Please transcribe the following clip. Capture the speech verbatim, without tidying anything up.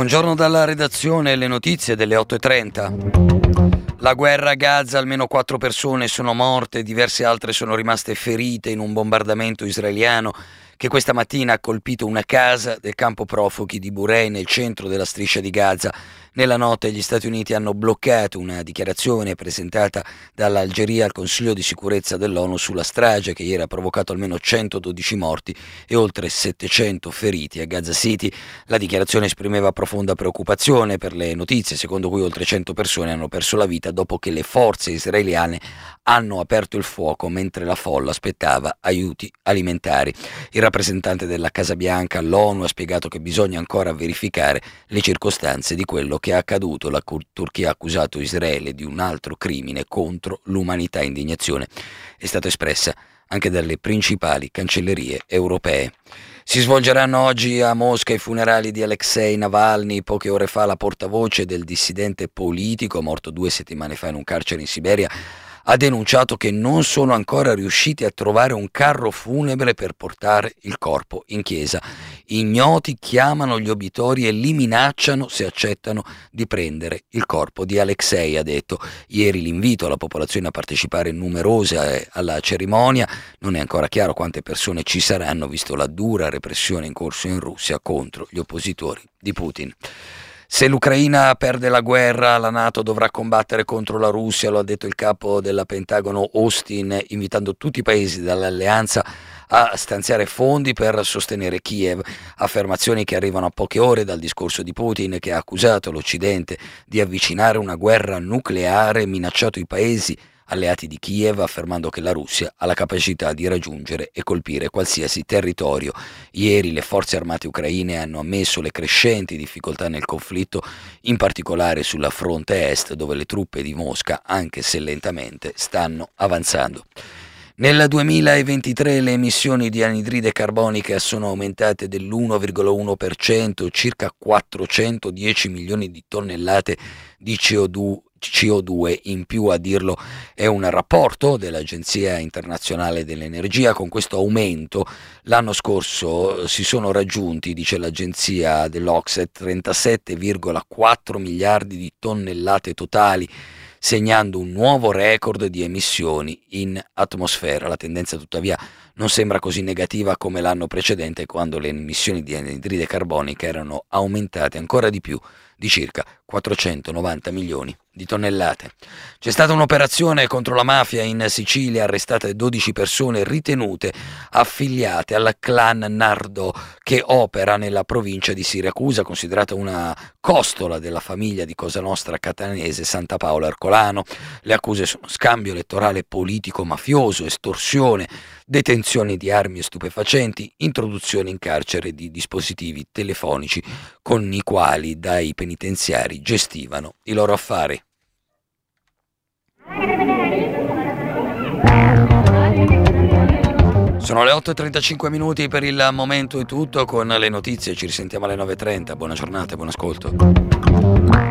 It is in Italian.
Buongiorno dalla redazione, le notizie delle otto e trenta. La guerra a Gaza, almeno quattro persone sono morte, diverse altre sono rimaste ferite in un bombardamento israeliano che questa mattina ha colpito una casa del campo profughi di Burei nel centro della striscia di Gaza. Nella notte gli Stati Uniti hanno bloccato una dichiarazione presentata dall'Algeria al Consiglio di sicurezza dell'ONU sulla strage che ieri ha provocato almeno centododici morti e oltre settecento feriti a Gaza City. La dichiarazione esprimeva profonda preoccupazione per le notizie secondo cui oltre cento persone hanno perso la vita dopo che le forze israeliane hanno aperto il fuoco mentre la folla aspettava aiuti alimentari. Il rappresentante della Casa Bianca all'ONU ha spiegato che bisogna ancora verificare le circostanze di quello che è accaduto. La Turchia ha accusato Israele di un altro crimine contro l'umanità. Indignazione è stata espressa anche dalle principali cancellerie europee. Si svolgeranno oggi a Mosca i funerali di Alexei Navalny. Poche ore fa la portavoce del dissidente politico, morto due settimane fa in un carcere in Siberia, ha denunciato che non sono ancora riusciti a trovare un carro funebre per portare il corpo in chiesa. Ignoti chiamano gli obitori e li minacciano se accettano di prendere il corpo di Alexei, ha detto. Ieri l'invito alla popolazione a partecipare numerose alla cerimonia. Non è ancora chiaro quante persone ci saranno, visto la dura repressione in corso in Russia contro gli oppositori di Putin. Se l'Ucraina perde la guerra, la NATO dovrà combattere contro la Russia, lo ha detto il capo della Pentagono Austin, invitando tutti i paesi dell'alleanza a stanziare fondi per sostenere Kiev. Affermazioni che arrivano a poche ore dal discorso di Putin, che ha accusato l'Occidente di avvicinare una guerra nucleare e minacciato i paesi alleati di Kiev, affermando che la Russia ha la capacità di raggiungere e colpire qualsiasi territorio. Ieri le forze armate ucraine hanno ammesso le crescenti difficoltà nel conflitto, in particolare sulla fronte est, dove le truppe di Mosca, anche se lentamente, stanno avanzando. Nel duemilaventitré le emissioni di anidride carbonica sono aumentate dell'uno virgola uno per cento, circa quattrocentodieci milioni di tonnellate di C O due C O due in più. A dirlo è un rapporto dell'Agenzia Internazionale dell'Energia. Con questo aumento l'anno scorso si sono raggiunti, dice l'agenzia dell'O C S E, trentasette virgola quattro miliardi di tonnellate totali, segnando un nuovo record di emissioni in atmosfera. La tendenza tuttavia non sembra così negativa come l'anno precedente, quando le emissioni di anidride carbonica erano aumentate ancora di più, di circa quattrocentonovanta milioni di tonnellate. C'è stata un'operazione contro la mafia in Sicilia, arrestate dodici persone ritenute affiliate al clan Nardò, che opera nella provincia di Siracusa, considerata una costola della famiglia di Cosa Nostra catanese Santa Paola Ercolano. Le accuse sono scambio elettorale politico mafioso, estorsione, detenzione di armi e stupefacenti, introduzione in carcere di dispositivi telefonici con i quali dai penitenziari gestivano i loro affari. Sono le otto e trentacinque minuti, per il momento è tutto. Con le notizie ci risentiamo alle nove e trenta. Buona giornata e buon ascolto.